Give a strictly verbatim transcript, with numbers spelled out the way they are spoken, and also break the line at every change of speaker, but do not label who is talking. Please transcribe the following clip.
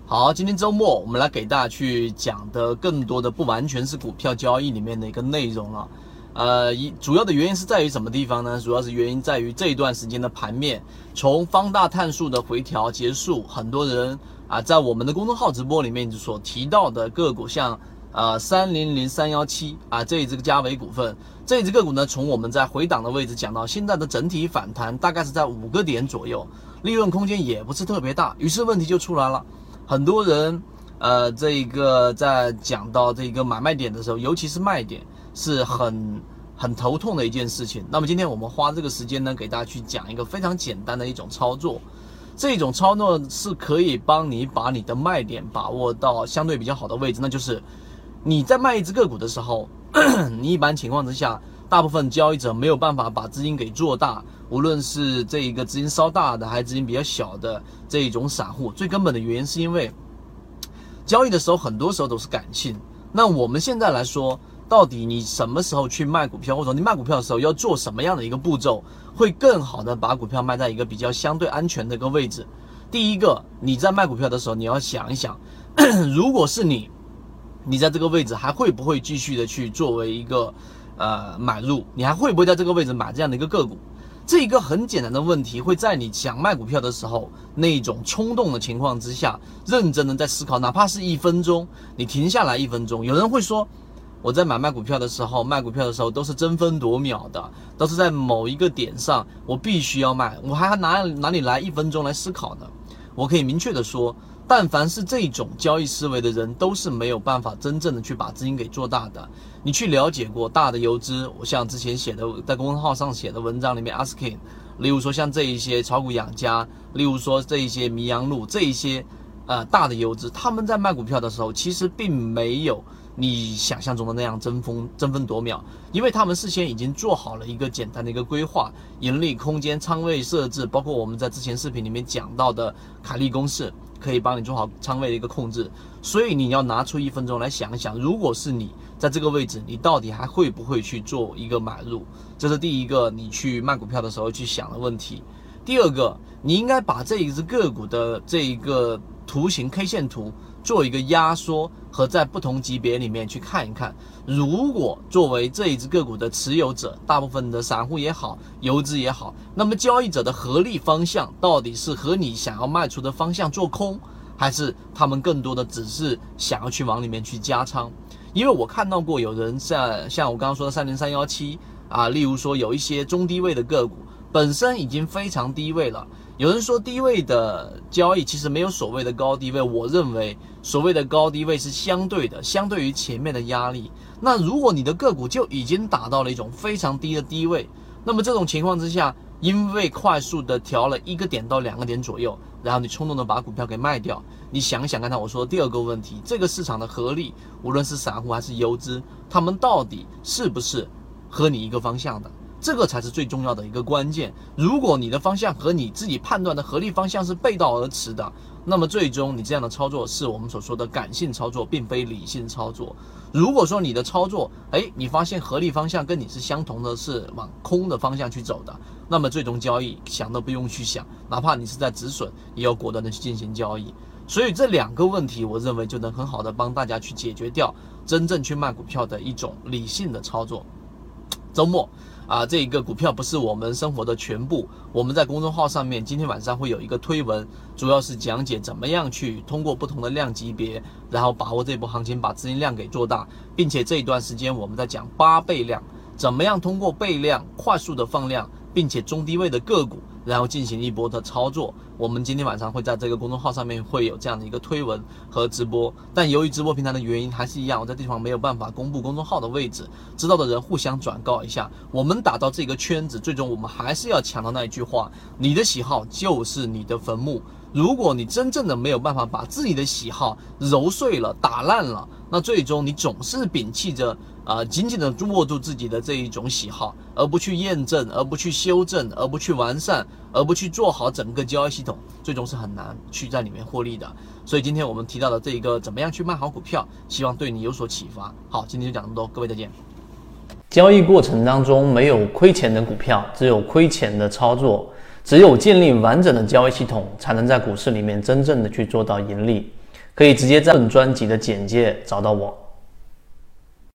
好，今天周末我们来给大家去讲的更多的不完全是股票交易里面的一个内容了。呃，一主要的原因是在于什么地方呢？主要是原因在于这一段时间的盘面，从方大碳素的回调结束，很多人啊在我们的公众号直播里面所提到的个股，像呃三零零三一七啊这一只嘉维股份，这一只个股呢，从我们在回档的位置讲到现在的整体反弹大概是在五个点左右，利润空间也不是特别大，于是问题就出来了。很多人，呃，这个在讲到这个买卖点的时候，尤其是卖点，是很很头痛的一件事情。那么今天我们花这个时间呢，给大家去讲一个非常简单的一种操作。这种操作是可以帮你把你的卖点把握到相对比较好的位置，那就是你在卖一只个股的时候，你一般情况之下，大部分交易者没有办法把资金给做大，无论是这一个资金稍大的还是资金比较小的这一种散户，最根本的原因是因为交易的时候很多时候都是感性。那我们现在来说，到底你什么时候去卖股票，或者你卖股票的时候要做什么样的一个步骤，会更好的把股票卖在一个比较相对安全的一个位置。第一个，你在卖股票的时候，你要想一想，如果是你你在这个位置还会不会继续的去作为一个呃买入，你还会不会在这个位置买这样的一个个股？这一个很简单的问题，会在你想卖股票的时候，那种冲动的情况之下，认真的在思考，哪怕是一分钟，你停下来一分钟。有人会说，我在买卖股票的时候，卖股票的时候都是争分夺秒的，都是在某一个点上，我必须要卖，我还拿哪里来一分钟来思考呢？我可以明确的说，但凡是这种交易思维的人，都是没有办法真正的去把资金给做大的。你去了解过大的游资，我像之前写的在公众号上写的文章里面 asking， 例如说像这一些炒股养家，例如说这一些迷羊路，这一些呃大的游资，他们在卖股票的时候，其实并没有你想象中的那样争锋争分夺秒，因为他们事先已经做好了一个简单的一个规划，盈利空间、仓位设置，包括我们在之前视频里面讲到的凯利公式，可以帮你做好仓位的一个控制。所以你要拿出一分钟来想一想，如果是你在这个位置，你到底还会不会去做一个买入？这是第一个你去卖股票的时候去想的问题。第二个，你应该把这一只个股的这一个图形 K 线图做一个压缩，和在不同级别里面去看一看。如果作为这一只个股的持有者，大部分的散户也好，游资也好，那么交易者的合力方向到底是和你想要卖出的方向做空，还是他们更多的只是想要去往里面去加仓？因为我看到过有人在像我刚刚说的三零三一七啊，例如说有一些中低位的个股本身已经非常低位了。有人说低位的交易其实没有所谓的高低位，我认为所谓的高低位是相对的，相对于前面的压力。那如果你的个股就已经达到了一种非常低的低位，那么这种情况之下，因为快速的调了一个点到两个点左右，然后你冲动的把股票给卖掉，你想想刚才我说的第二个问题，这个市场的合力，无论是散户还是游资，他们到底是不是和你一个方向的？这个才是最重要的一个关键。如果你的方向和你自己判断的合力方向是背道而驰的，那么最终你这样的操作是我们所说的感性操作，并非理性操作。如果说你的操作，哎，你发现合力方向跟你是相同的，是往空的方向去走的，那么最终交易想都不用去想，哪怕你是在止损，也要果断的去进行交易。所以这两个问题，我认为就能很好的帮大家去解决掉真正去卖股票的一种理性的操作。周末啊，这个股票不是我们生活的全部。我们在公众号上面今天晚上会有一个推文，主要是讲解怎么样去通过不同的量级别，然后把握这波行情，把资金量给做大，并且这一段时间我们在讲八倍量，怎么样通过倍量快速的放量，并且中低位的个股，然后进行一波的操作。我们今天晚上会在这个公众号上面会有这样的一个推文和直播，但由于直播平台的原因还是一样，我在这地方没有办法公布公众号的位置，知道的人互相转告一下。我们打到这个圈子，最终我们还是要强调那一句话，你的喜好就是你的坟墓。如果你真正的没有办法把自己的喜好揉碎了、打烂了，那最终你总是摒弃着呃紧紧的握住自己的这一种喜好，而不去验证，而不去修正，而不去完善，而不去做好整个交易系统，最终是很难去在里面获利的。所以今天我们提到的这个怎么样去卖好股票，希望对你有所启发。好，今天就讲这么多，各位再见。
交易过程当中没有亏钱的股票，只有亏钱的操作。只有建立完整的交易系统，才能在股市里面真正的去做到盈利。 可以直接在本专辑的简介找到我。